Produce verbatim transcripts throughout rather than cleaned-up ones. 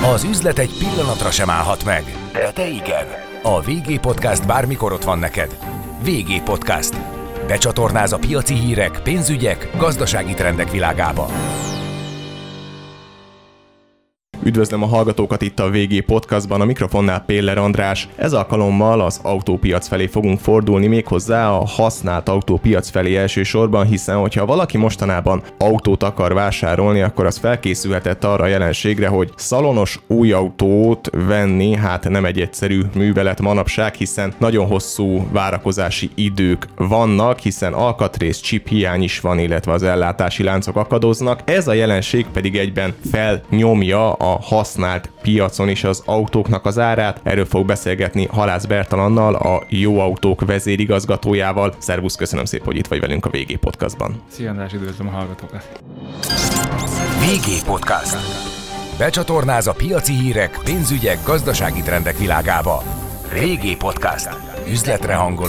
Az üzlet egy pillanatra sem állhat meg, de te igen. A vé gé Podcast bármikor ott van neked. vé gé Podcast. Becsatornáz a piaci hírek, pénzügyek, gazdasági trendek világába. Üdvözlöm a hallgatókat itt a vé gé Podcastban, a mikrofonnál Péller András. Ez alkalommal az autópiac felé fogunk fordulni, méghozzá a használt autópiac felé elsősorban, hiszen hogyha valaki mostanában autót akar vásárolni, akkor az felkészülhetett arra a jelenségre, hogy szalonos új autót venni, hát nem egy egyszerű művelet manapság, hiszen nagyon hosszú várakozási idők vannak, hiszen alkatrész, chip hiány is van, illetve az ellátási láncok akadoznak. Ez a jelenség pedig egyben felnyomja a használt piacon is az autóknak az árát. Erről fog beszélgetni Halász Bertalannal, a Jó Autók vezérigazgatójával. Szervusz, köszönöm szépen, hogy itt vagy velünk a vé gé Podcastban. Szia András, üdvözlöm a hallgatókat. vé gé Podcast. Becsatornáz a piaci hírek, pénzügyek, gazdasági trendek világába. vé gé Podcast. Üzletre hangoló.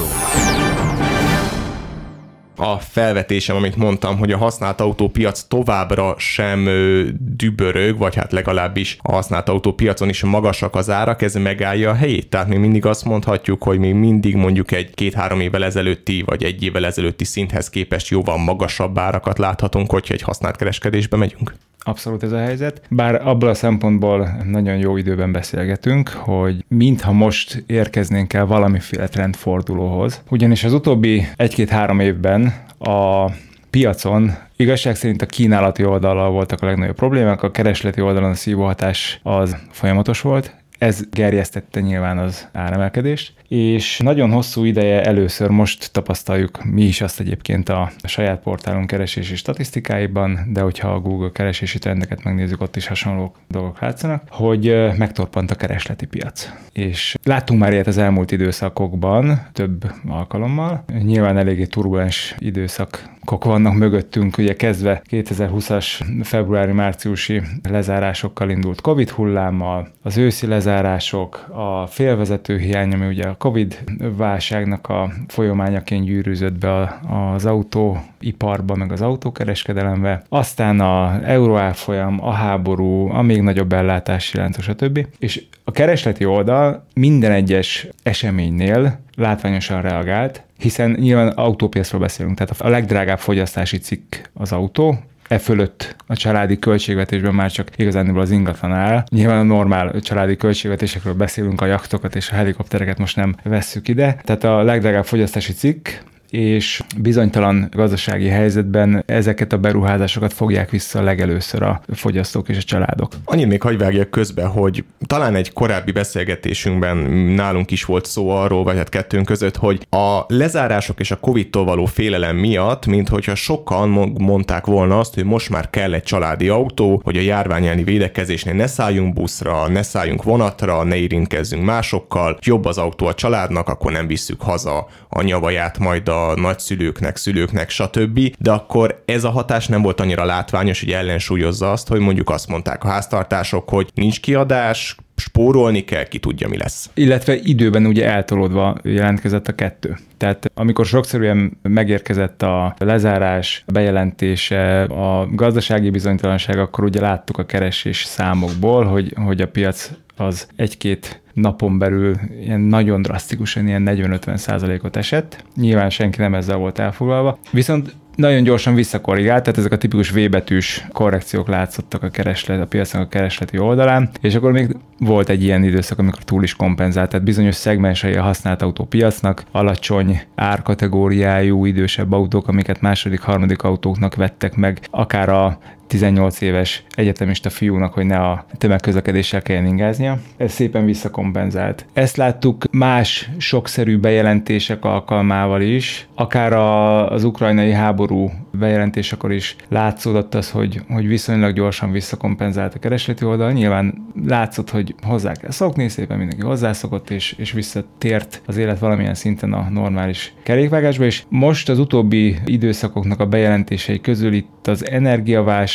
A felvetésem, amit mondtam, hogy a használt autópiac továbbra sem dübörög, vagy hát legalábbis a használt autópiacon is magasak az árak, ez megállja a helyét. Tehát még mindig azt mondhatjuk, hogy még mindig mondjuk egy két-három évvel ezelőtti, vagy egy évvel ezelőtti szinthez képest jóval magasabb árakat láthatunk, hogyha egy használt kereskedésbe megyünk. Abszolút ez a helyzet. Bár abból a szempontból nagyon jó időben beszélgetünk, hogy mintha most érkeznénk el valamiféle trendfordulóhoz. Ugyanis az utóbbi egy-két-három évben a piacon igazság szerint a kínálati oldallal voltak a legnagyobb problémák, a keresleti oldalon a szívóhatás az folyamatos volt. Ez gerjesztette nyilván az áremelkedést, és nagyon hosszú ideje először most tapasztaljuk mi is azt egyébként a saját portálunk keresési statisztikáiban, de hogyha a Google keresési trendeket megnézzük, ott is hasonló dolgok látszanak, hogy megtorpant a keresleti piac. És láttunk már ilyet az elmúlt időszakokban, több alkalommal. Nyilván eléggé turbulens időszakok vannak mögöttünk, ugye kezdve kétezer-húszas februári-márciusi lezárásokkal indult Covid hullámmal, az őszi lezárások, a félvezető hiány, ami ugye a Covid válságnak a folyamányaként gyűrűzött be az autóiparba, meg az autókereskedelembe, aztán az euróárfolyam, a háború, a még nagyobb ellátási láncok, stb. És a keresleti oldal minden egyes eseménynél látványosan reagált, hiszen nyilván autópiacról beszélünk, tehát a legdrágább fogyasztási cikk az autó, e fölött a családi költségvetésben már csak igazándiból az ingatlan áll. Nyilván a normál családi költségvetésekről beszélünk, a jachtokat és a helikoptereket most nem vesszük ide. Tehát a legdrágább fogyasztási cikk, és bizonytalan gazdasági helyzetben ezeket a beruházásokat fogják vissza legelőször a fogyasztók és a családok. Annyit még hagyj vágjak közbe, hogy talán egy korábbi beszélgetésünkben nálunk is volt szó arról, vagy hát kettőnk között, hogy a lezárások és a Covid-tól való félelem miatt, mint hogyha sokan mondták volna azt, hogy most már kell egy családi autó, hogy a járvány elleni védekezésnél ne szálljunk buszra, ne szálljunk vonatra, ne érintkezzünk másokkal, jobb az autó a családnak, akkor nem visszük haza a nyavaját majd a a nagyszülőknek, szülőknek, stb. De akkor ez a hatás nem volt annyira látványos, hogy ellensúlyozza azt, hogy mondjuk azt mondták a háztartások, hogy nincs kiadás, spórolni kell, ki tudja, mi lesz. Illetve időben ugye eltolódva jelentkezett a kettő. Tehát amikor sokszorúan megérkezett a lezárás bejelentése, a gazdasági bizonytalanság, akkor ugye láttuk a keresés számokból, hogy, hogy a piac az egy-két napon belül ilyen nagyon drasztikusan, ilyen negyven-ötven százalékot esett. Nyilván senki nem ezzel volt elfoglalva. Viszont nagyon gyorsan visszakorrigált, tehát ezek a tipikus V-betűs korrekciók látszottak a kereslet, a piacnak a keresleti oldalán, és akkor még volt egy ilyen időszak, amikor túl is kompenzált, tehát bizonyos szegmensei a használt autópiacnak, alacsony árkategóriájú idősebb autók, amiket második, harmadik autóknak vettek meg, akár a tizennyolc éves egyetemista fiúnak, hogy ne a tömegközlekedéssel kelljen ingáznia. Ez szépen visszakompenzált. Ezt láttuk más sokszerű bejelentések alkalmával is, akár a, az ukrajnai háború bejelentésekor is látszódott az, hogy, hogy viszonylag gyorsan visszakompenzált a keresleti oldal. Nyilván látszott, hogy hozzá kell szokni, szépen mindenki hozzászokott, és, és visszatért az élet valamilyen szinten a normális kerékvágásba, és most az utóbbi időszakoknak a bejelentései közül itt az energiaválság,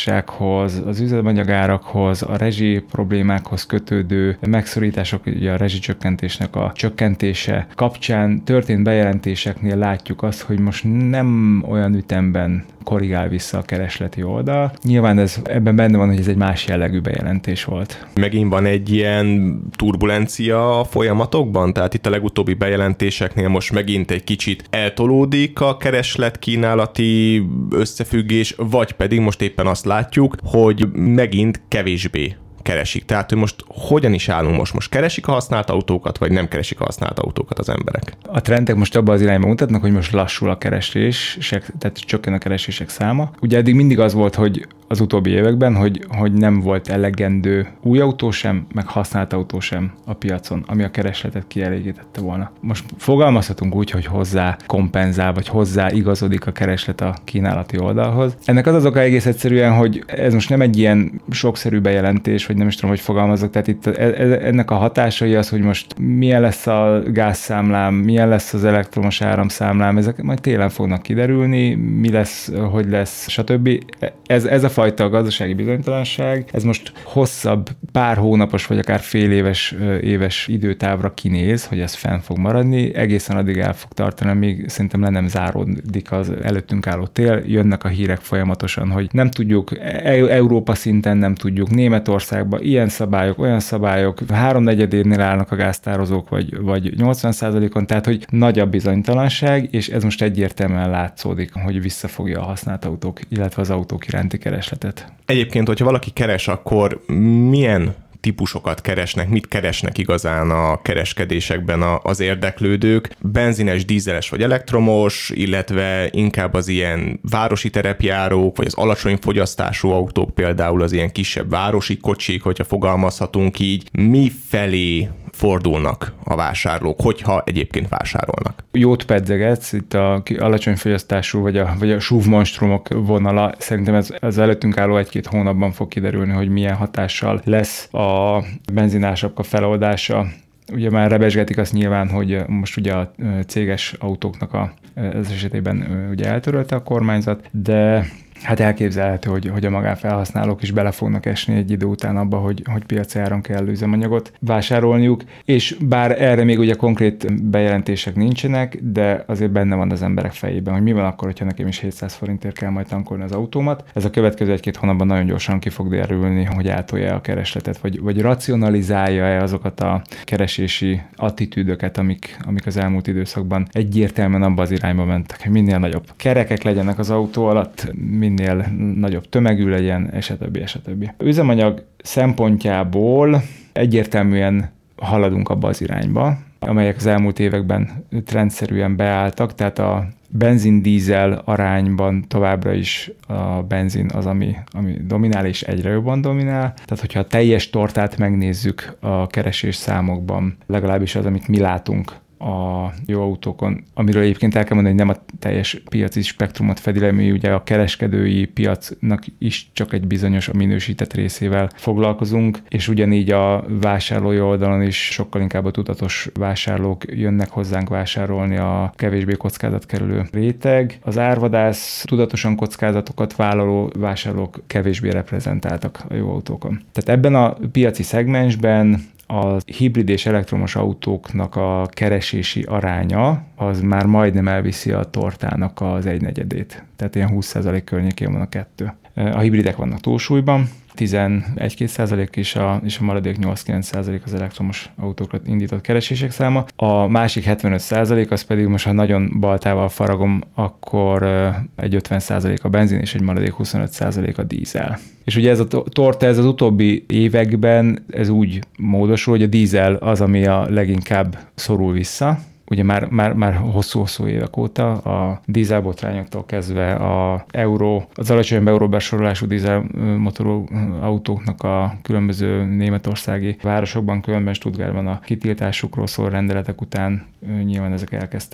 bizonytalansághoz, az üzemanyagárakhoz, a rezsi problémákhoz kötődő megszorítások, ugye a rezsicsökkentésnek a csökkentése kapcsán történt bejelentéseknél látjuk azt, hogy most nem olyan ütemben korrigál vissza a keresleti oldal. Nyilván ez, ebben benne van, hogy ez egy más jellegű bejelentés volt. Megint van egy ilyen turbulencia a folyamatokban? Tehát itt a legutóbbi bejelentéseknél most megint egy kicsit eltolódik a kereslet-kínálati összefüggés, vagy pedig most éppen azt látjuk, hogy megint kevésbé keresik. Tehát, hogy most hogyan is állunk most? Most keresik a használt autókat, vagy nem keresik a használt autókat az emberek? A trendek most abban az irányba mutatnak, hogy most lassul a keresések, tehát csökken a keresések száma. Ugye eddig mindig az volt, hogy az utóbbi években, hogy, hogy nem volt elegendő új autó sem, meg használt autó sem a piacon, ami a keresletet kielégítette volna. Most fogalmazhatunk úgy, hogy hozzá kompenzál, vagy hozzá igazodik a kereslet a kínálati oldalhoz. Ennek az az oka egész egyszerűen, hogy ez most nem egy ilyen sokszerű bejelentés, vagy nem is tudom, hogy fogalmazok, tehát itt ennek a hatásai az, hogy most milyen lesz a gázszámlám, milyen lesz az elektromos áramszámlám, ezek majd télen fognak kiderülni, mi lesz, hogy lesz, stb. Ez, ez a fajta gazdasági bizonytalanság, ez most hosszabb, pár hónapos, vagy akár fél éves, éves időtávra kinéz, hogy ez fenn fog maradni, egészen addig el fog tartani, amíg szerintem le nem záródik az előttünk álló tél, jönnek a hírek folyamatosan, hogy nem tudjuk, Európa szinten nem tudjuk, Németországban ilyen szabályok, olyan szabályok, háromnegyedénél állnak a gáztározók, vagy, vagy nyolcvan százalékon, tehát hogy nagy a bizonytalanság, és ez most egyértelműen látszódik, hogy visszafogja a használt autók, illetve az autók iránti keresletet. Egyébként, hogyha valaki keres, akkor milyen típusokat keresnek, mit keresnek igazán a kereskedésekben az érdeklődők? Benzines, dízeles vagy elektromos, illetve inkább az ilyen városi terepjárók, vagy az alacsony fogyasztású autók, például az ilyen kisebb városi kocsik, hogyha fogalmazhatunk így, mi felé fordulnak a vásárlók, hogyha egyébként vásárolnak? Jót pedzegetsz, itt a alacsony fogyasztású, vagy a, vagy a es u vé monstrumok vonala, szerintem ez az előttünk álló egy-két hónapban fog kiderülni, hogy milyen hatással lesz a benzinásapka feloldása. Ugye már rebesgetik azt nyilván, hogy most ugye a céges autóknak a, az esetében ugye eltörölte a kormányzat, de hát elképzelhető, hogy, hogy a magánfelhasználók is bele fognak esni egy idő után abba, hogy, hogy piaci áron kell üzemanyagot vásárolniuk, és bár erre még ugye konkrét bejelentések nincsenek, de azért benne van az emberek fejében, hogy mi van akkor, hogyha nekem is hétszáz forintért kell majd tankolni az autómat. Ez a következő egy-két hónapban nagyon gyorsan ki fog derülni, hogy átolja a keresletet, vagy, vagy racionalizálja-e azokat a keresési attitűdöket, amik, amik az elmúlt időszakban egyértelműen abba az irányba mentek, hogy minél nagyobb kerekek legyenek az autó alatt, minél nagyobb tömegű legyen, és a többi, és a többi. A üzemanyag szempontjából egyértelműen haladunk abba az irányba, amelyek az elmúlt években trendszerűen beálltak, tehát a benzin-dízel arányban továbbra is a benzin az, ami, ami dominál, és egyre jobban dominál. Tehát, hogyha a teljes tortát megnézzük a keresés számokban, legalábbis az, amit mi látunk a jó autókon, amiről egyébként el kell mondani, hogy nem a teljes piaci spektrumot fedi le, mi ugye a kereskedői piacnak is csak egy bizonyos a minősített részével foglalkozunk, és ugyanígy a vásárlói oldalon is sokkal inkább a tudatos vásárlók jönnek hozzánk vásárolni, a kevésbé kockázatkerülő réteg. Az árvadász, tudatosan kockázatokat vállaló vásárlók kevésbé reprezentáltak a jó autókon. Tehát ebben a piaci szegmensben a hibrid és elektromos autóknak a keresési aránya az már majdnem elviszi a tortának az egynegyedét. Tehát ilyen húsz százalék környékén van a kettő. A hibridek vannak túlsúlyban, tizenegy-két százalék és a, és a maradék nyolc-kilenc százalék az elektromos autókra indított keresések száma. A másik hetvenöt százalék az pedig most, ha nagyon baltával faragom, akkor egy ötven százalék a benzin és egy maradék huszonöt százalék a dízel. És ugye ez a torta, ez az utóbbi években ez úgy módosul, hogy a dízel az, ami a leginkább szorul vissza. Ugye már, már, már hosszú-hosszú évek óta a dízelbotrányoktól kezdve a euró, az alacsonyabb euróbesorolású dízelmotorú autóknak a különböző németországi városokban, különben Stuttgartban a kitiltásukról szól rendeletek után nyilván ezek elkezdtek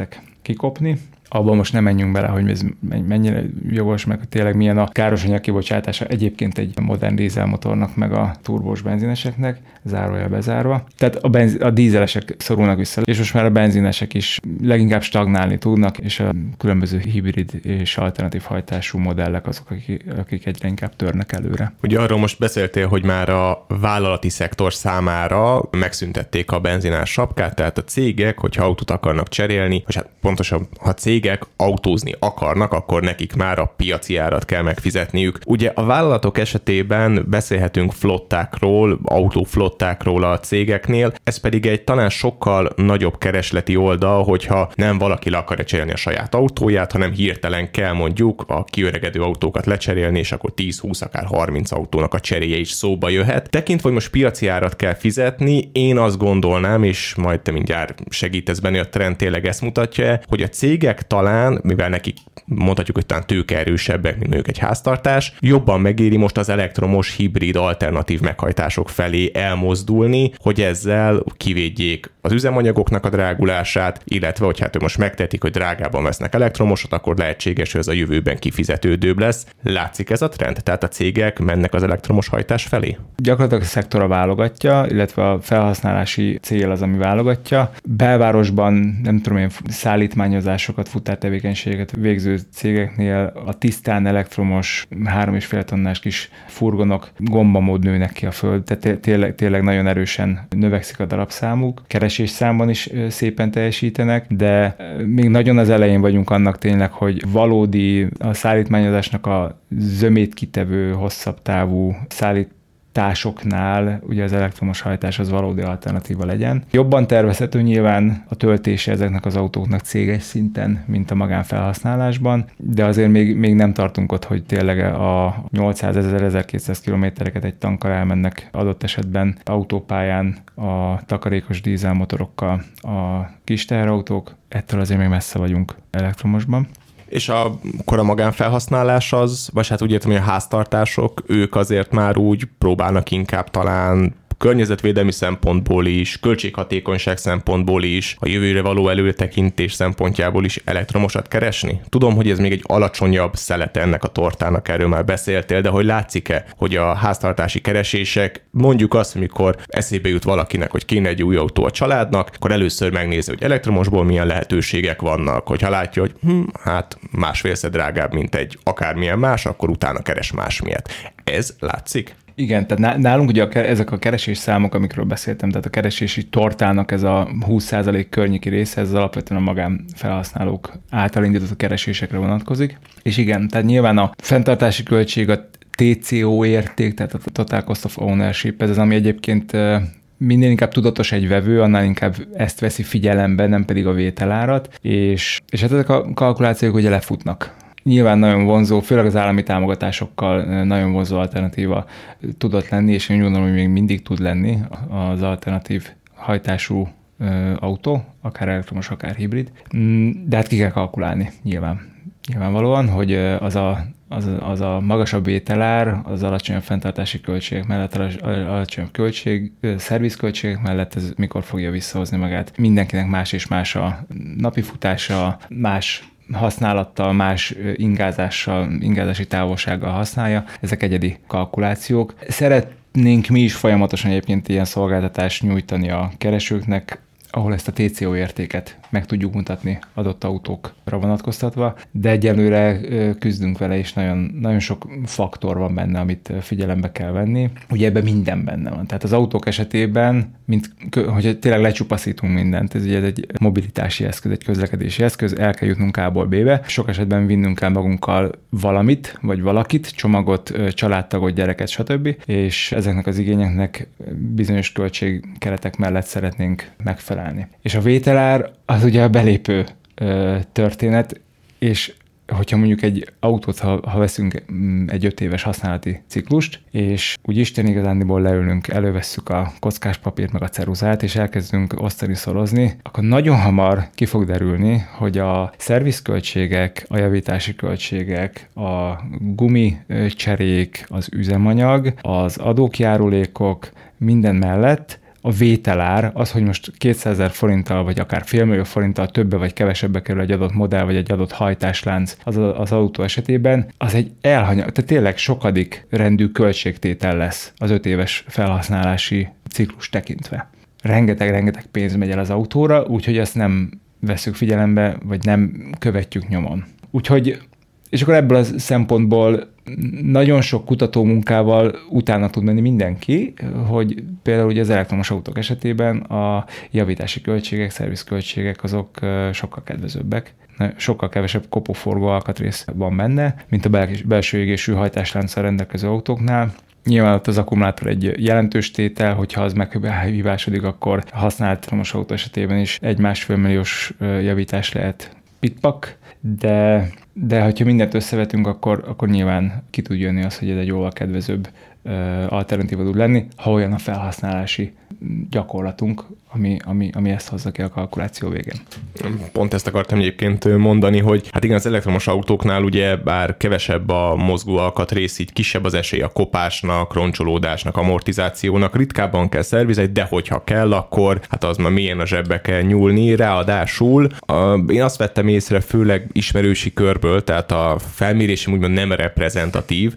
kikopni. Abban most nem menjünk bele, hogy ez mennyire jogos, meg tényleg milyen a károsanyag kibocsátása egyébként egy modern dízelmotornak, meg a turbós benzineseknek, zárójel bezárva. Tehát a, benz- a dízelesek szorulnak vissza, és most már a benzinesek is leginkább stagnálni tudnak, és a különböző hibrid és alternatív hajtású modellek azok, akik, akik egyre inkább törnek előre. Ugye arról most beszéltél, hogy már a vállalati szektor számára megszüntették a benzinás sapkát, tehát a cégek, hogyha autót akarnak cserélni, vagy hát pontosan, ha cég cégek autózni akarnak, akkor nekik már a piaci árat kell megfizetniük. Ugye a vállalatok esetében beszélhetünk flottákról, autóflottákról a cégeknél, ez pedig egy talán sokkal nagyobb keresleti oldal, hogyha nem valaki le akarja cserélni a saját autóját, hanem hirtelen kell mondjuk a kiöregedő autókat lecserélni, és akkor tíz, húsz, akár harminc autónak a cseréje is szóba jöhet. Tekintve, hogy most piaci árat kell fizetni, én azt gondolnám, és majd te mindjárt segítesz benne, a trend tényleg ezt mutatja, hogy a cégek talán, mivel nekik mondhatjuk, hogy talán tőkeerősebbek, mint mondjuk egy háztartás, jobban megéri most az elektromos, hibrid, alternatív meghajtások felé elmozdulni, hogy ezzel kivédjék az üzemanyagoknak a drágulását, illetve, hogy hát ő most megtehetik, hogy drágában vesznek elektromosat, akkor lehetséges, hogy ez a jövőben kifizetődőbb lesz. Látszik ez a trend? Tehát a cégek mennek az elektromos hajtás felé? Gyakorlatilag a szektora válogatja, illetve a felhasználási cél az, ami válogatja. Belvárosban, nem tudom én, szállítmányozásokat, futártevékenységet végző cégeknél a tisztán elektromos három és fél tonnás kis furgonok gombamód nőnek ki a föld, tehát tényleg, tényleg nagyon erősen növekszik a darabszámuk. Keresés számban is szépen teljesítenek, de még nagyon az elején vagyunk annak tényleg, hogy valódi a szállítmányozásnak a zömét kitevő, hosszabb távú szállít tásoknál ugye az elektromos hajtás az valódi alternatíva legyen. Jobban tervezhető nyilván a töltése ezeknek az autóknak céges szinten, mint a magánfelhasználásban, de azért még, még nem tartunk ott, hogy tényleg a nyolcszázezer-ezerkétszáz kilométereket egy tankkal elmennek adott esetben autópályán a takarékos dízelmotorokkal a kis teherautók, ettől azért még messze vagyunk elektromosban. És a, akkor a magánfelhasználás az, vagy hát úgy értem, hogy a háztartások, ők azért már úgy próbálnak inkább talán környezetvédelmi szempontból is, költséghatékonyság szempontból is, a jövőre való előtekintés szempontjából is elektromosat keresni? Tudom, hogy ez még egy alacsonyabb szelete ennek a tortának, erről már beszéltél, de hogy látszik-e, hogy a háztartási keresések, mondjuk azt, amikor eszébe jut valakinek, hogy kéne egy új autó a családnak, akkor először megnézi, hogy elektromosból milyen lehetőségek vannak, hogyha látja, hogy hm, hát másfélszer drágább, mint egy akármilyen más, akkor utána keres más miatt. Ez látszik? Igen, tehát nálunk ugye a, ezek a keresés számok, amikről beszéltem, tehát a keresési tortának ez a húsz százalék környéki része, ez alapvetően a magánfelhasználók által indított keresésekre vonatkozik. És igen, tehát nyilván a fenntartási költség, a té cé o érték, tehát a Total Cost of Ownership, ez az, ami egyébként minél inkább tudatos egy vevő, annál inkább ezt veszi figyelembe, nem pedig a vételárat, és, és hát ezek a kalkulációk ugye lefutnak. Nyilván nagyon vonzó, főleg az állami támogatásokkal nagyon vonzó alternatíva tudott lenni, és én gondolom, hogy még mindig tud lenni az alternatív hajtású ö, autó, akár elektromos, akár hibrid. De hát ki kell kalkulálni, nyilván. Nyilvánvalóan, hogy az a, az, a, az a magasabb vételár, az alacsonyabb fenntartási költségek mellett, alacsonyabb költség, szervizköltségek mellett ez mikor fogja visszahozni magát. Mindenkinek más és más a napi futása, más használattal, más ingázással, ingázási távolsággal használja. Ezek egyedi kalkulációk. Szeretnénk mi is folyamatosan egyébként ilyen szolgáltatást nyújtani a keresőknek, ahol ezt a té cé o értéket meg tudjuk mutatni adott autókra vonatkoztatva, de egyelőre küzdünk vele, és nagyon, nagyon sok faktor van benne, amit figyelembe kell venni. Ugye ebben minden benne van. Tehát az autók esetében, mint, hogy tényleg lecsupaszítunk mindent, ez ugye egy mobilitási eszköz, egy közlekedési eszköz, el kell jutnunk A-ból B-be. Sok esetben vinnünk kell magunkkal valamit, vagy valakit, csomagot, családtagot, gyereket, stb. És ezeknek az igényeknek bizonyos költségkeretek mellett szeretnénk megfelelni. És a vételár az ugye a belépő ö, történet, és hogyha mondjuk egy autót, ha, ha veszünk egy öt éves használati ciklust, és úgy Isten igazándiból leülünk, elővesszük a kockás papírt meg a ceruzát, és elkezdünk osztani, szorozni, akkor nagyon hamar ki fog derülni, hogy a szervizköltségek, a javítási költségek, a gumicserék, az üzemanyag, az adók, járulékok, minden mellett a vételár, az, hogy most kétszázezer forinttal, vagy akár félmillió forinttal többe vagy kevesebbe kerül egy adott modell, vagy egy adott hajtáslánc az, az autó esetében, az egy elhanyag, tehát tényleg sokadik rendű költségtétel lesz az öt éves felhasználási ciklus tekintve. Rengeteg-rengeteg pénz megy el az autóra, úgyhogy ezt nem vesszük figyelembe, vagy nem követjük nyomon. Úgyhogy, és akkor ebből a szempontból nagyon sok kutatómunkával utána tud menni mindenki, hogy például ugye az elektromos autók esetében a javítási költségek, szervizköltségek azok sokkal kedvezőbbek. Sokkal kevesebb kopóforgó alkatrész van benne, mint a belső égésű hajtáslánccal rendelkező autóknál. Nyilván ott az akkumulátor egy jelentős tétel, hogyha az meghibásodik, akkor használt elektromos autó esetében is egy másfél milliós javítás lehet pitpak, de, de hogyha mindent összevetünk, akkor, akkor nyilván ki tud jönni az, hogy ez egy jóval kedvezőbb alternatíva tud lenni, ha olyan a felhasználási gyakorlatunk, ami, ami, ami ezt hozza ki a kalkuláció végén. Pont ezt akartam egyébként mondani, hogy hát igen, az elektromos autóknál ugye bár kevesebb a mozgó alkatrész, így kisebb az esély a kopásnak, roncsolódásnak, amortizációnak, ritkábban kell szervizni, de hogyha kell, akkor hát az már mélyen a zsebbe kell nyúlni, ráadásul én azt vettem észre, főleg ismerősi körből, tehát a felmérésem úgymond nem reprezentatív,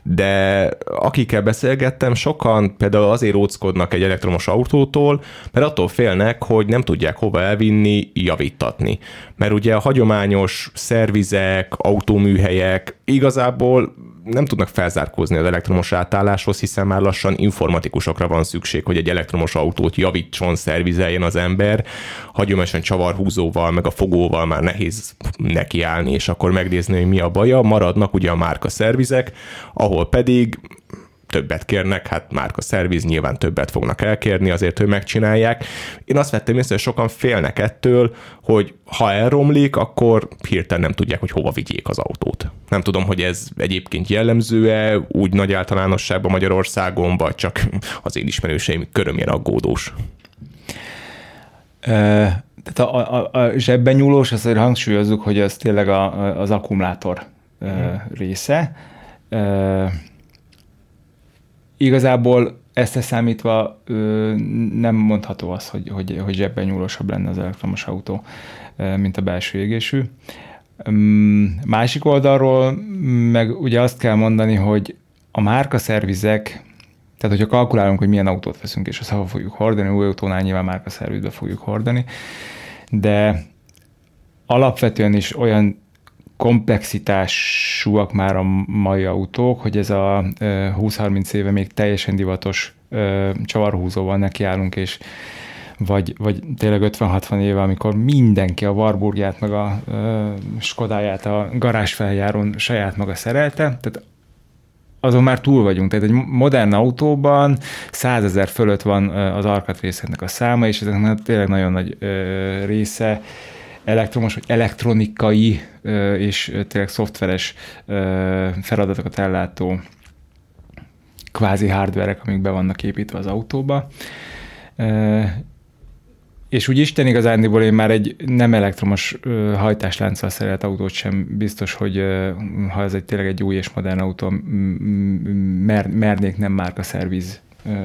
de akikkel beszélgettem, sokan például azért óckodnak egy elektromos autótól, mert attól félnek, hogy nem tudják hova elvinni, javítatni. Mert ugye a hagyományos szervizek, autóműhelyek igazából nem tudnak felzárkózni az elektromos átálláshoz, hiszen már lassan informatikusokra van szükség, hogy egy elektromos autót javítson, szervizeljen az ember. Hagyományosan csavarhúzóval, meg a fogóval már nehéz nekiállni, és akkor megnézni, hogy mi a baja. Maradnak ugye a márka szervizek, ahol pedig többet kérnek, hát márka szerviz, nyilván többet fognak elkérni azért, hogy megcsinálják. Én azt vettem észre, hogy sokan félnek ettől, hogy ha elromlik, akkor hirtelen nem tudják, hogy hova vigyék az autót. Nem tudom, hogy ez egyébként jellemző-e úgy nagy általánosságban Magyarországon, vagy csak az én ismerőseim körömén aggódós. Uh, tehát a, a, a zsebben nyúlós, azt hangsúlyozzuk, hogy az tényleg a, az akkumulátor uh, hmm. része. Uh, Igazából ezt számítva nem mondható az, hogy, hogy, hogy zsebben nyúlósabb lenne az elektromos autó, mint a belső égésű. Másik oldalról meg ugye azt kell mondani, hogy a márkaszervizek, tehát hogyha kalkulálunk, hogy milyen autót veszünk, és azt hova fogjuk hordani, új autónál nyilván márkaszervizbe fogjuk hordani, de alapvetően is olyan komplexitásúak már a mai autók, hogy ez a húsz-harminc éve még teljesen divatos csavarhúzóval nekiállunk, és vagy, vagy tényleg ötven-hatvan éve, amikor mindenki a Warburgját, meg a Skodáját a garázsfeljárón saját maga szerelte, tehát azon már túl vagyunk. Tehát egy modern autóban százezer fölött van az alkatrészeknek a száma, és ezeknek tényleg nagyon nagy része elektromos, vagy elektronikai és tényleg szoftveres feladatokat ellátó kvázi hardverek, amik be vannak építve az autóba. És úgy Isten igazándiból én már egy nem elektromos hajtáslánccal szerelt autót sem biztos, hogy ha ez egy tényleg egy új és modern autó, mer, mernék nem márka szerviz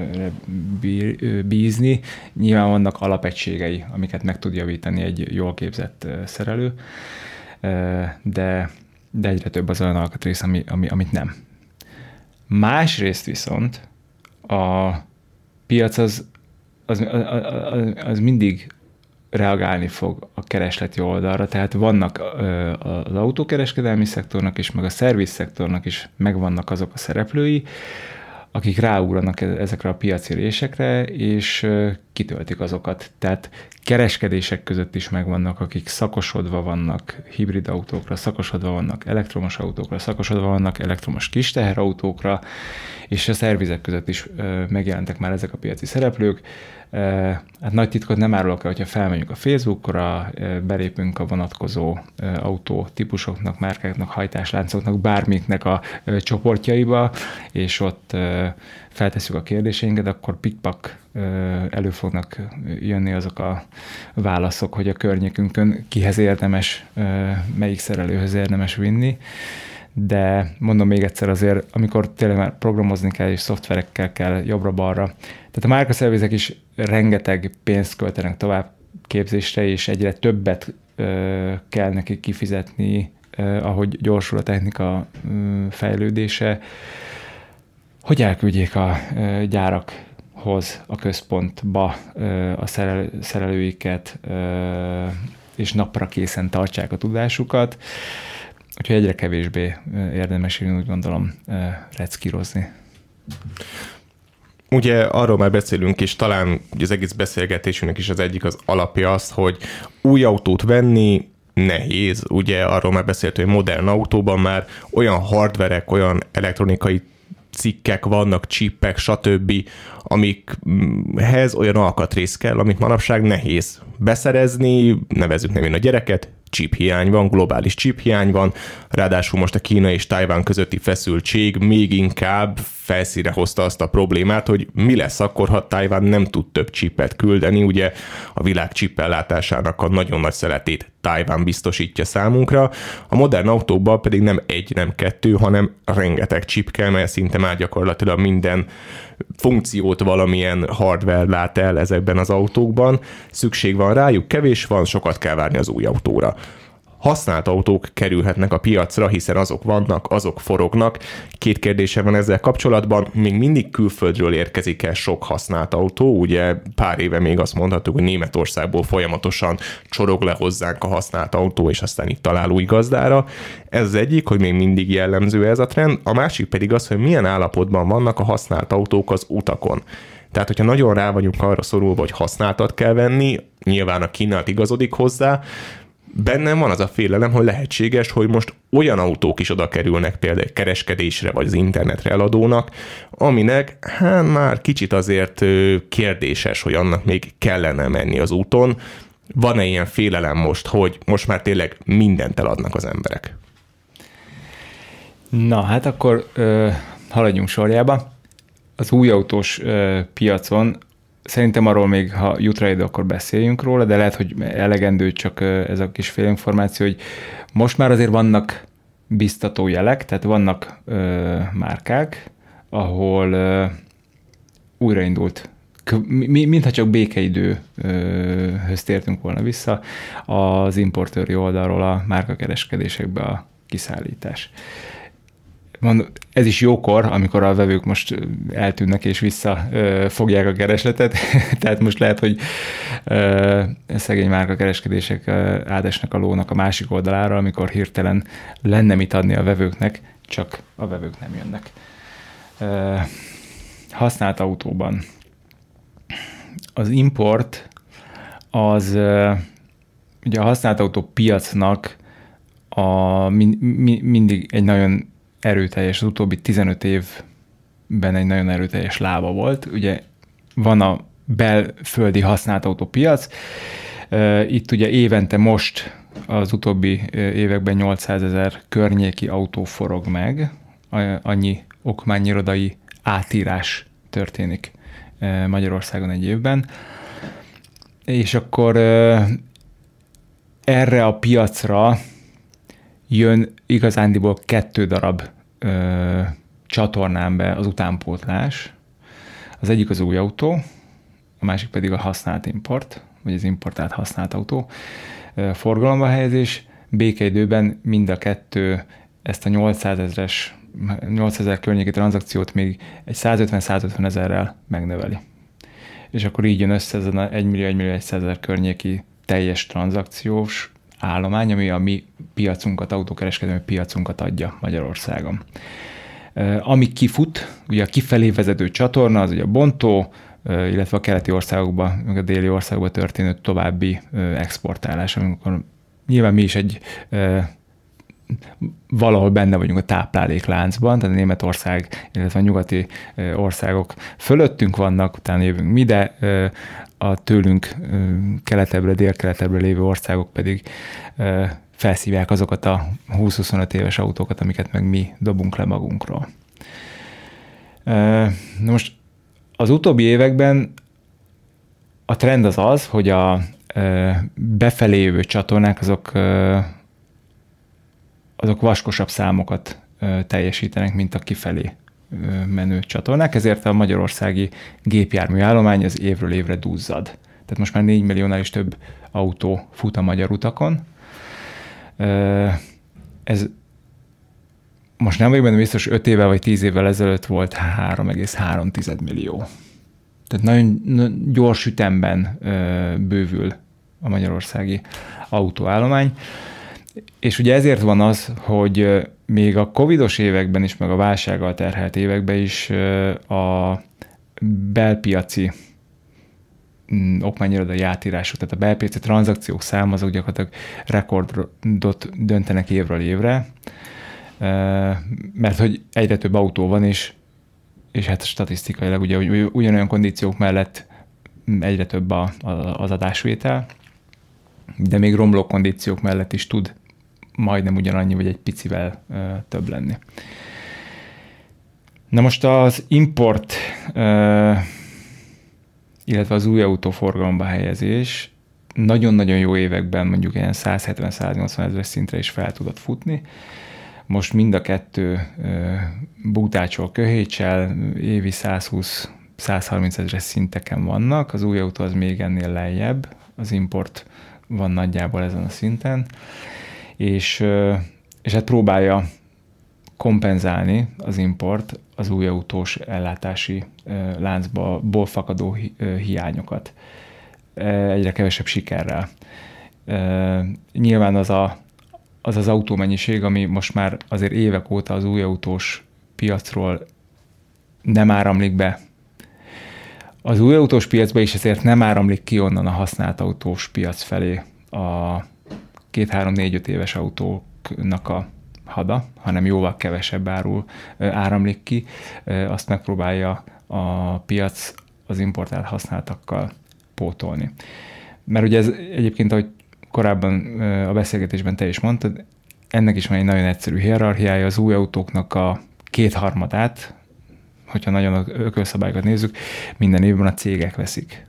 bízni. Nyilván vannak alapegységei, amiket meg tud javítani egy jól képzett szerelő, de, de egyre több az olyan alkatrész, ami, ami, amit nem. Másrészt viszont a piac az, az, az, az mindig reagálni fog a keresleti oldalra, tehát vannak az autókereskedelmi szektornak is, meg a szerviz szektornak is megvannak azok a szereplői, akik ráugranak ezekre a piaci résekre, és kitöltik azokat. Tehát kereskedések között is megvannak, akik szakosodva vannak hibrid autókra, szakosodva vannak elektromos autókra, szakosodva vannak elektromos kis teherautókra, és a szervizek között is megjelentek már ezek a piaci szereplők. Hát nagy titkot nem árulok el, hogyha felmegyünk a Facebookra, belépünk a vonatkozó autótípusoknak, márkáknak, hajtásláncoknak, bármiknek a csoportjaiba, és ott feltesszük a kérdéseinket, akkor pikpak elő fognak jönni azok a válaszok, hogy a környékünkön kihez érdemes, melyik szerelőhöz érdemes vinni. de mondom még egyszer azért, amikor tényleg már programozni kell, és szoftverekkel kell jobbra-balra. Tehát a márkaszervizek is rengeteg pénzt költenek tovább képzésre, és egyre többet ö, kell nekik kifizetni, ö, ahogy gyorsul a technika ö, fejlődése, hogy elküldjék a ö, gyárakhoz, a központba ö, a szerel, szerelőiket, ö, és napra készen tartsák a tudásukat, úgyhogy egyre kevésbé érdemes, én úgy gondolom, reckírozni. Ugye arról már beszélünk, és talán az egész beszélgetésünknek is az egyik az alapja az, hogy új autót venni nehéz. Ugye arról már beszélt, hogy modern autóban már olyan hardverek, olyan elektronikai cikkek vannak, csípek, stb., amikhez olyan alkatrész kell, amit manapság nehéz beszerezni, nevezzük nevén a gyereket, chip hiány van, globális chip hiány van, ráadásul most a Kína és Tajván közötti feszültség még inkább felszínre hozta azt a problémát, hogy mi lesz akkor, ha Tajván nem tud több chipet küldeni, ugye a világ chipellátásának a nagyon nagy szeletét Tajván biztosítja számunkra, a modern autókban pedig nem egy, nem kettő, hanem rengeteg chip kell, mert szinte már gyakorlatilag minden funkciót valamilyen hardware lát el ezekben az autókban. Szükség van rájuk, kevés van, sokat kell várni az új autóra. Használt autók kerülhetnek a piacra, hiszen azok vannak, azok forognak. Két kérdése van ezzel kapcsolatban. Még mindig külföldről érkezik el sok használt autó. Ugye pár éve még azt mondhattuk, hogy Németországból folyamatosan csorog le hozzánk a használt autó, és aztán itt talál új gazdára. Ez az egyik, hogy még mindig jellemző ez a trend. A másik pedig az, hogy milyen állapotban vannak a használt autók az utakon. Tehát, hogyha nagyon rá vagyunk arra szorulva, hogy használtat kell venni, nyilván a kínálat igazodik hozzá, bennem van az a félelem, hogy lehetséges, hogy most olyan autók is oda kerülnek például kereskedésre vagy az internetre eladónak, aminek hát már kicsit azért kérdéses, hogy annak még kellene menni az úton. Van-e ilyen félelem most, hogy most már tényleg mindent eladnak az emberek? Na, hát akkor ö, haladjunk sorjába. Az új autós ö, piacon szerintem arról még, ha jut rá idő, akkor beszéljünk róla, de lehet, hogy elegendő csak ez a kis félinformáció, hogy most már azért vannak biztató jelek, tehát vannak ö, márkák, ahol ö, újraindult, mintha csak békeidőhöz tértünk volna vissza, az importőri oldalról a márkakereskedésekbe a kiszállítás. Mondom, ez is jókor, amikor a vevők most eltűnnek és visszafogják a keresletet, tehát most lehet, hogy ö, szegény márkakereskedések átesnek a lónak a másik oldalára, amikor hirtelen lenne mit adni a vevőknek, csak a vevők nem jönnek. Ö, használt autóban. Az import az ö, ugye a használt autó piacnak a, mi, mi, mindig egy nagyon erőteljes, az utóbbi tizenöt évben egy nagyon erőteljes lába volt. Ugye van a belföldi használt autópiac, itt ugye évente most az utóbbi években nyolcszázezer környéki autó forog meg, annyi okmányirodai átírás történik Magyarországon egy évben, és akkor erre a piacra jön igazándiból kettő darab ö, csatornán be az utánpótlás. Az egyik az új autó, a másik pedig a használt import, vagy az importált használt autó ö, forgalomba helyezés. Békeidőben mind a kettő ezt a nyolcszázezres, nyolcszázezer környéki tranzakciót még egy százötven-százötven ezerrel megnöveli. És akkor így jön össze ez a egy millió, egy millió százezer környéki teljes tranzakciós állomány, ami a mi piacunkat, autókereskedelmi piacunkat adja Magyarországon. Ami kifut, ugye a kifelé vezető csatorna, az ugye a bontó, illetve a keleti országokba, meg a déli országokba történő további exportálás, amikor nyilván mi is egy valahol benne vagyunk a táplálékláncban, tehát a Németország, illetve a nyugati országok fölöttünk vannak, utána jövünk mi, de a tőlünk keletebbre, délkeletebbre lévő országok pedig felszívják azokat a húsz-huszonöt éves autókat, amiket meg mi dobunk le magunkról. Na most az utóbbi években a trend az az, hogy a befelé jövő csatornák azok azok vaskosabb számokat teljesítenek, mint a kifelé menő csatornák, ezért a magyarországi gépjármű állomány az évről évre duzzad. Tehát most már négy milliónál is több autó fut a magyar utakon. Ez most nem vagyok benne biztos, öt évvel vagy tíz évvel ezelőtt volt három egész három millió. Tehát nagyon gyors ütemben bővül a magyarországi autóállomány. És ugye ezért van az, hogy még a covidos években is, meg a válsággal terhelt években is a belpiaci okmányirodai átírások, tehát a belpiaci tranzakciók száma azok gyakorlatilag rekordot döntenek évről évre, mert hogy egyre több autó van, és, és hát statisztikailag ugye ugyanolyan kondíciók mellett egyre több a, a, az adásvétel, de még romló kondíciók mellett is tud majdnem ugyanannyi, vagy egy picivel ö, több lenni. Na most az import, ö, illetve az új autóforgalomba helyezés nagyon-nagyon jó években mondjuk ilyen száz hetven száz nyolcvan ezeres szintre is fel tudott futni. Most mind a kettő ö, bukdácsol, köhétsel, évi száz húsz száz harminc ezeres szinteken vannak, az új autó az még ennél lejjebb, az import van nagyjából ezen a szinten, és, és hát próbálja kompenzálni az import az új autós ellátási láncból fakadó hiányokat. Egyre kevesebb sikerrel. Nyilván az a, az, az autómennyiség, ami most már azért évek óta az új autós piacról nem áramlik be. Az új autós piacba is ezért nem áramlik ki onnan a használt autós piac felé a két-három-négy-öt éves autóknak a hada, hanem jóval kevesebb árul, áramlik ki. Azt megpróbálja a piac az importált használtakkal pótolni. Mert ugye ez egyébként, ahogy korábban a beszélgetésben te is mondtad, ennek is van egy nagyon egyszerű hierarchiája, az új autóknak a kétharmadát, hogyha nagyon a ökölszabályokat nézzük, minden évben a cégek veszik.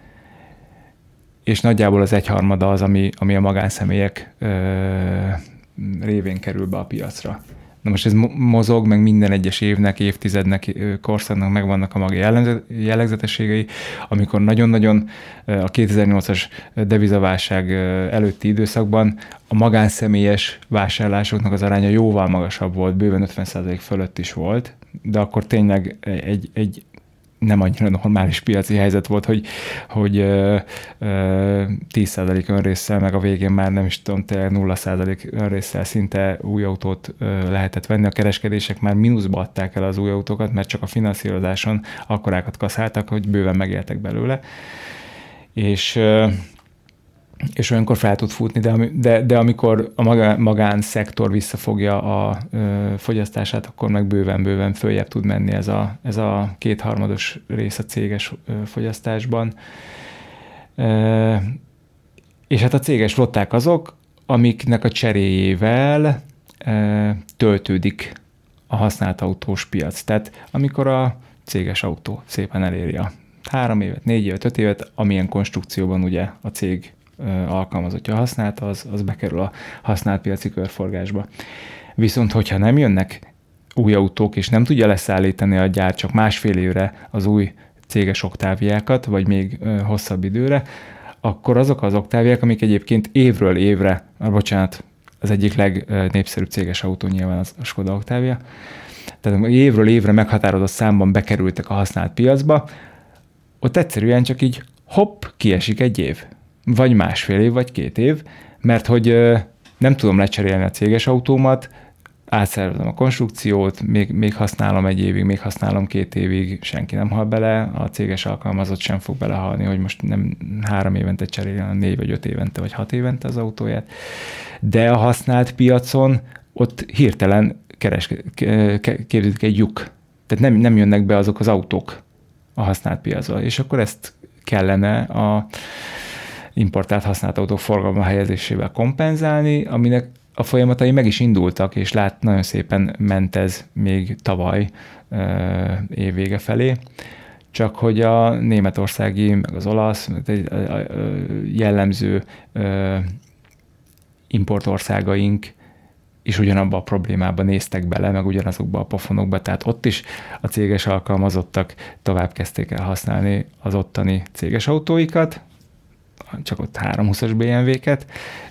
És nagyjából az egyharmada az, ami, ami a magánszemélyek ö, révén kerül be a piacra. Na most ez mozog, meg minden egyes évnek, évtizednek, korszaknak megvannak a maga jellegzetességei, amikor nagyon-nagyon a kétezer-nyolcas devizaválság előtti időszakban a magánszemélyes vásárlásoknak az aránya jóval magasabb volt, bőven ötven százalék fölött is volt, de akkor tényleg egy, egy nem annyira normális piaci helyzet volt, hogy, hogy ö, ö, tíz százalék önrésszel, meg a végén már nem is tudom, tényleg nulla százalék önrésszel szinte új autót ö, lehetett venni. A kereskedések már mínuszba adták el az új autókat, mert csak a finanszírozáson akkorákat kaszáltak, hogy bőven megéltek belőle. És ö, és olyankor fel tud futni, de, de, de amikor a magán, magánszektor visszafogja a ö, fogyasztását, akkor meg bőven-bőven följebb tud menni ez a, ez a kétharmados rész a céges ö, fogyasztásban. E, és hát a céges flották azok, amiknek a cseréjével e, töltődik a használt autós piac. Tehát amikor a céges autó szépen eléri a három évet, négy évet, öt évet, amilyen konstrukcióban ugye a cég alkalmazottja használta, az, az bekerül a használt piaci körforgásba. Viszont, hogyha nem jönnek új autók, és nem tudja leszállítani a gyár csak másfél évre az új céges oktáviákat, vagy még hosszabb időre, akkor azok az oktáviák, amik egyébként évről évre, bocsánat, az egyik legnépszerűbb céges autó nyilván az a Skoda Octavia, tehát évről évre meghatározott számban bekerültek a használt piacba, ott egyszerűen csak így hopp, kiesik egy év. Vagy másfél év, vagy két év, mert hogy ö, nem tudom lecserélni a céges autómat, átszervezem a konstrukciót, még, még használom egy évig, még használom két évig, senki nem hal bele, a céges alkalmazott sem fog belehalni, hogy most nem három évente cseréljen, hanem négy vagy öt évente, vagy hat évente az autóját. De a használt piacon ott hirtelen kereske, képzik egy lyuk. Tehát nem, nem jönnek be azok az autók a használt piacra, és akkor ezt kellene a importált használt autók forgalomba helyezésével kompenzálni, aminek a folyamatai meg is indultak, és lát, nagyon szépen ment ez még tavaly év vége felé. Csak hogy a németországi, meg az olasz jellemző importországaink és ugyanabban a problémában néztek bele, meg ugyanazokba a pofonokba, tehát ott is a céges alkalmazottak tovább kezdték el használni az ottani céges autóikat, csak ott háromszázhúszas bé em vé-ket,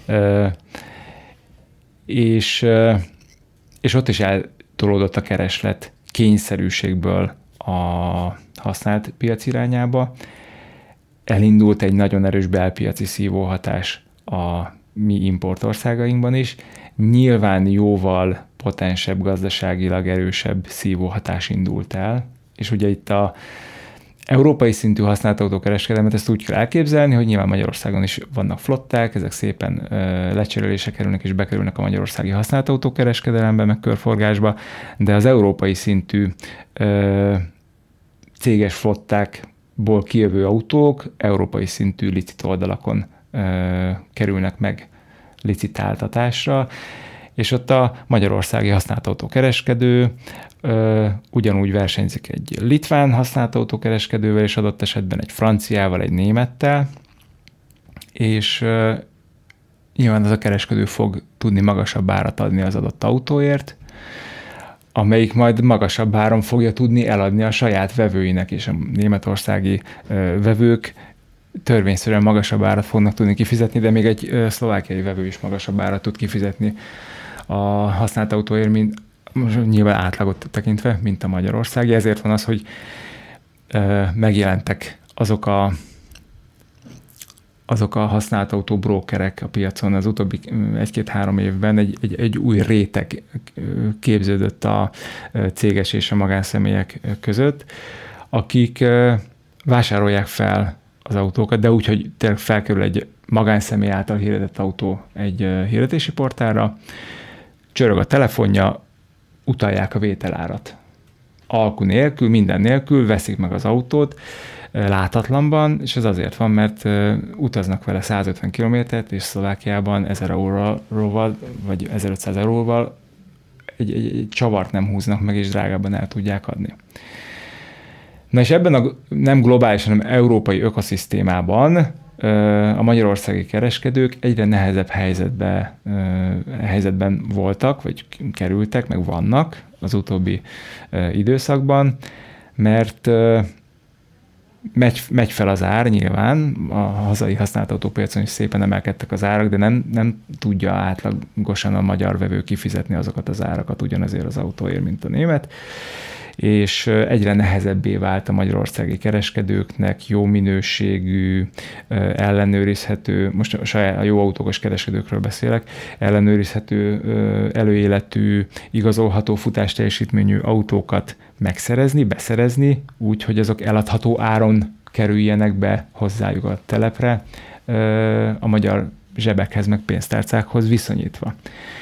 és, és ott is eltolódott a kereslet kényszerűségből a használt piac irányába. Elindult egy nagyon erős belpiaci szívóhatás a mi importországainkban is. Nyilván jóval potensebb, gazdaságilag erősebb szívóhatás indult el, és ugye itt a európai szintű használt autókereskedelmet ezt úgy kell elképzelni, hogy nyilván Magyarországon is vannak flották, ezek szépen ö, lecserélésre kerülnek és bekerülnek a magyarországi használt autókereskedelembe, meg körforgásba, de az európai szintű ö, céges flottákból kijövő autók európai szintű licit oldalakon ö, kerülnek meg licitáltatásra, és ott a magyarországi használt autókereskedő ö, ugyanúgy versenyzik egy litván használt autókereskedővel, és adott esetben egy franciával, egy némettel, és ö, nyilván az a kereskedő fog tudni magasabb árat adni az adott autóért, amelyik majd magasabb áron fogja tudni eladni a saját vevőinek, és a németországi ö, vevők törvényszerűen magasabb árat fognak tudni kifizetni, de még egy ö, szlovákiai vevő is magasabb árat tud kifizetni a használt autóért, mint most nyilván átlagot tekintve, mint a magyarországi. Ezért van az, hogy ö, megjelentek azok a azok a használt autó brókerek a piacon az utóbbi egy-két-három évben, egy, egy, egy új réteg képződött a céges és a magánszemélyek között, akik vásárolják fel az autókat, de úgy, hogy tényleg felkerül egy magánszemély által hirdetett autó egy hirdetési portálra, csörög a telefonja, utalják a vételárat. Alku nélkül, minden nélkül veszik meg az autót, látatlanban, és ez azért van, mert utaznak vele százötven kilométert, és Szlovákiában ezer euróval, vagy ezerötszáz euróval egy, egy, egy csavart nem húznak meg, és drágában el tudják adni. Na és ebben a nem globális, hanem európai ökoszisztémában a magyarországi kereskedők egyre nehezebb helyzetbe, helyzetben voltak, vagy kerültek, meg vannak az utóbbi időszakban, mert Megy, megy fel az ár nyilván, a hazai használt autópiacon is szépen emelkedtek az árak, de nem, nem tudja átlagosan a magyar vevő kifizetni azokat az árakat ugyanazért az autóért, mint a német, és egyre nehezebbé vált a magyarországi kereskedőknek jó minőségű, ellenőrizhető, most a, saját, a jó autókos kereskedőkről beszélek, ellenőrizhető, előéletű, igazolható futásteljesítményű autókat megszerezni, beszerezni, úgy, hogy azok eladható áron kerüljenek be hozzájuk a telepre, a magyar zsebekhez meg pénztárcákhoz viszonyítva.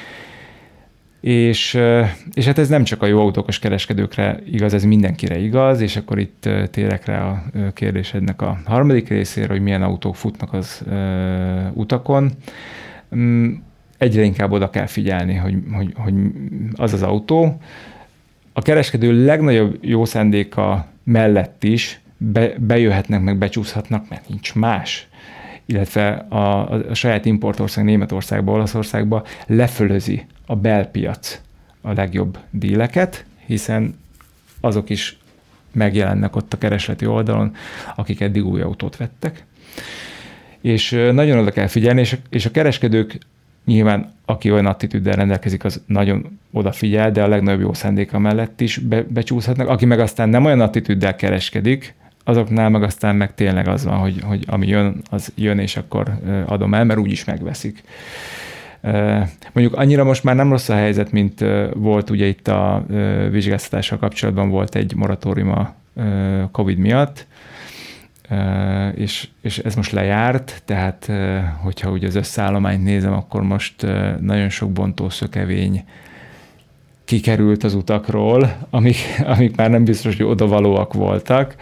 És, és hát ez nem csak a jó autókos kereskedőkre igaz, ez mindenkire igaz, és akkor itt térek rá a kérdésednek a harmadik részére, hogy milyen autók futnak az uh, utakon. Egyre inkább oda kell figyelni, hogy, hogy, hogy az az autó a kereskedő legnagyobb jó szándéka mellett is be, bejöhetnek, meg becsúszhatnak, mert nincs más. Illetve a, a, a saját importország, Németországba, Olaszországba lefölözi a belpiac a legjobb díleket, hiszen azok is megjelennek ott a keresleti oldalon, akik eddig új autót vettek. És nagyon oda kell figyelni, és a, és a kereskedők nyilván, aki olyan attitűddel rendelkezik, az nagyon odafigyel, de a legnagyobb jó szándéka mellett is be, becsúszhatnak. Aki meg aztán nem olyan attitűddel kereskedik, azoknál meg aztán meg tényleg az van, hogy, hogy ami jön, az jön, és akkor adom el, mert úgyis megveszik. Mondjuk annyira most már nem rossz a helyzet, mint volt ugye itt a vizsgáztatással kapcsolatban volt egy moratórium a Covid miatt, és, és ez most lejárt, tehát hogyha ugye az összeállományt nézem, akkor most nagyon sok bontószökevény kikerült az utakról, amik, amik már nem biztos, hogy odavalóak voltak.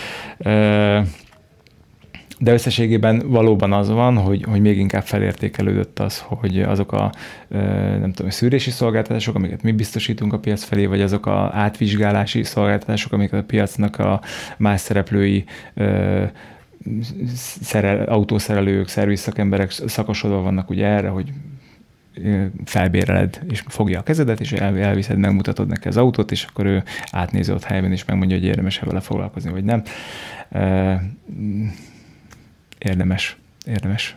De összességében valóban az van, hogy, hogy még inkább felértékelődött az, hogy azok a nem tudom, szűrési szolgáltatások, amiket mi biztosítunk a piac felé, vagy azok a átvizsgálási szolgáltatások, amiket a piacnak a más szereplői szerel, autószerelők, szervisszakemberek szakosodva vannak ugye erre, hogy felbéreled, és fogja a kezedet, és el, elviszed, megmutatod neki az autót, és akkor ő átnézi ott helyben, és megmondja, hogy érdemes-e vele foglalkozni, vagy nem. Érdemes. Érdemes.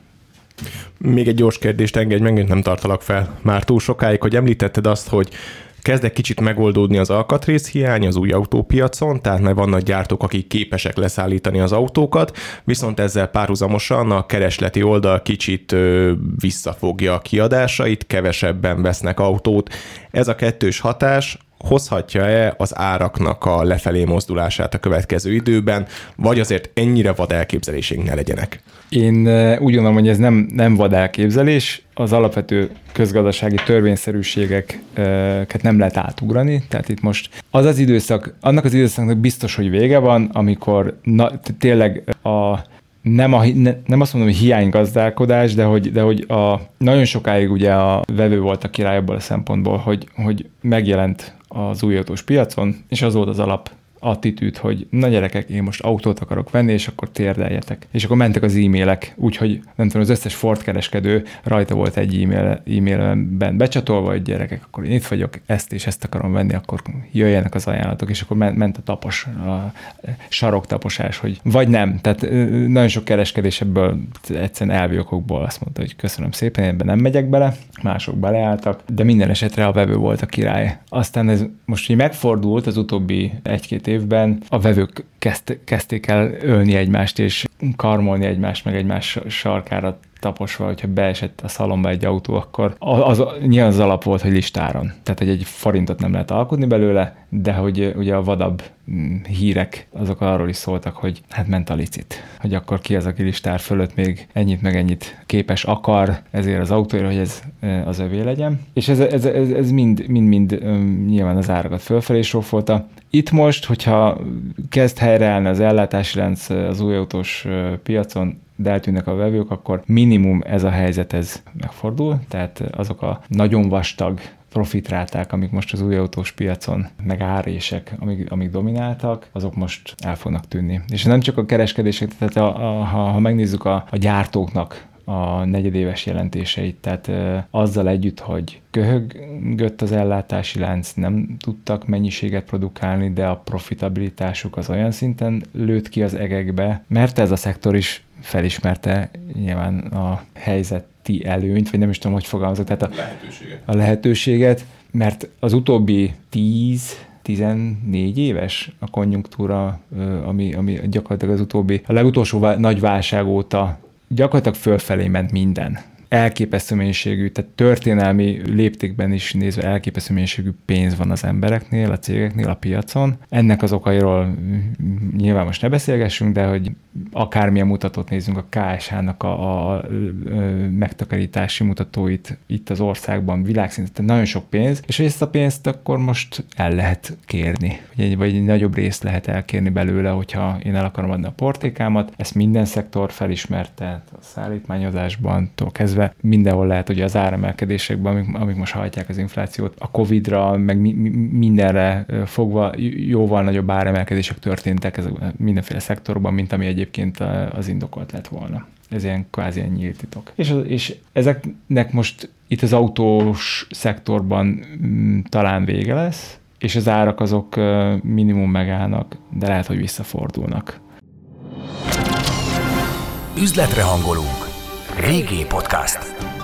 Még egy gyors kérdést engedj meg, nem tartalak fel már túl sokáig, hogy említetted azt, hogy kezd egy kicsit megoldódni az alkatrészhiány az új autópiacon, tehát már vannak gyártók, akik képesek leszállítani az autókat, viszont ezzel párhuzamosan a keresleti oldal kicsit ö, visszafogja a kiadásait, kevesebben vesznek autót. Ez a kettős hatás hozhatja-e az áraknak a lefelé mozdulását a következő időben, vagy azért ennyire vad elképzelésénk ne legyenek? Én úgy gondolom, hogy ez nem, nem vad elképzelés, az alapvető közgazdasági törvényszerűségeket nem lehet átugrani, tehát itt most az az időszak, annak az időszaknak biztos, hogy vége van, amikor na, tényleg a Nem, a, ne, nem azt mondom, hogy hiánygazdálkodás, de hogy, de hogy a, nagyon sokáig ugye a vevő volt a király abból a szempontból, hogy, hogy megjelent az új autós piacon, és az volt az alap attitűd, hogy na gyerekek, én most autót akarok venni, és akkor térdeljetek. És akkor mentek az e-mailek, úgyhogy nem tudom, az összes Ford kereskedő rajta volt egy e-mail, e-mailben becsatolva, hogy gyerekek, akkor én itt vagyok, ezt és ezt akarom venni, akkor jöjjenek az ajánlatok, és akkor ment a tapos, a saroktaposás, hogy vagy nem. Tehát nagyon sok kereskedés ebből egyszerűen elvi okokból azt mondta, hogy köszönöm szépen, ebben nem megyek bele, mások beleálltak, de minden esetre a vevő volt a király. Aztán ez most így megfordult az utóbbi egy-két évben, a vevők kezd, kezdték el ölni egymást, és karmolni egymást, meg egymás sarkára taposva, hogyha beesett a szalomba egy autó, akkor az, az nyilván az alap volt, hogy listáron. Tehát, hogy egy forintot nem lehet alkudni belőle, de hogy ugye a vadabb hírek azok arról is szóltak, hogy hát ment a licit. Hogy akkor ki az, aki listár fölött még ennyit meg ennyit képes akar ezért az autóért, hogy ez az övé legyen. És ez, ez, ez, ez mind, mind, mind nyilván az árakat fölfelé sófolta. Itt most, hogyha kezd helyreállni az ellátási lánc az új autós piacon, de eltűnnek a vevők, akkor minimum ez a helyzet ez megfordul, tehát azok a nagyon vastag profitráták, amik most az új autós piacon, meg árések, amik, amik domináltak, azok most el fognak tűnni. És nem csak a kereskedések, tehát a, a, ha, ha megnézzük a, a gyártóknak a negyedéves jelentéseit, tehát e, azzal együtt, hogy köhögött az ellátási lánc, nem tudtak mennyiséget produkálni, de a profitabilitásuk az olyan szinten lőtt ki az egekbe, mert ez a szektor is felismerte nyilván a helyzeti előnyt, vagy nem is tudom, hogy fogalmazok, tehát a lehetőséget. a lehetőséget, mert az utóbbi tíz tizennégy éves a konjunktúra, ami, ami gyakorlatilag az utóbbi, a legutolsó vá- nagy válság óta gyakorlatilag fölfelé ment minden. Elképesztő mennyiségű, tehát történelmi léptékben is nézve elképesztő mennyiségű pénz van az embereknél, a cégeknél, a piacon. Ennek az okairól nyilván most ne beszélgessünk, de hogy akármilyen mutatót nézzünk, a ká es há-nak a, a, a megtakarítási mutatóit itt az országban, világszinten nagyon sok pénz, és hogy ezt a pénzt akkor most el lehet kérni, vagy egy, vagy egy nagyobb részt lehet elkérni belőle, hogyha én el akarom adni a portékámat. Ezt minden szektor felismerte, a szállítmányozásban, kezdve mindenhol lehet, hogy az áremelkedésekben, amik, amik most hajtják az inflációt, a Covidra, meg mi, mi, mindenre fogva jóval nagyobb áremelkedések történtek ez mindenféle szektorban, mint ami egyébként az indokolt lett volna. Ez ilyen kvázi ilyen nyílt titok. És, és ezeknek most itt az autós szektorban m, talán vége lesz, és az árak azok minimum megállnak, de lehet, hogy visszafordulnak. Üzletre hangolunk. vé gé Podcast.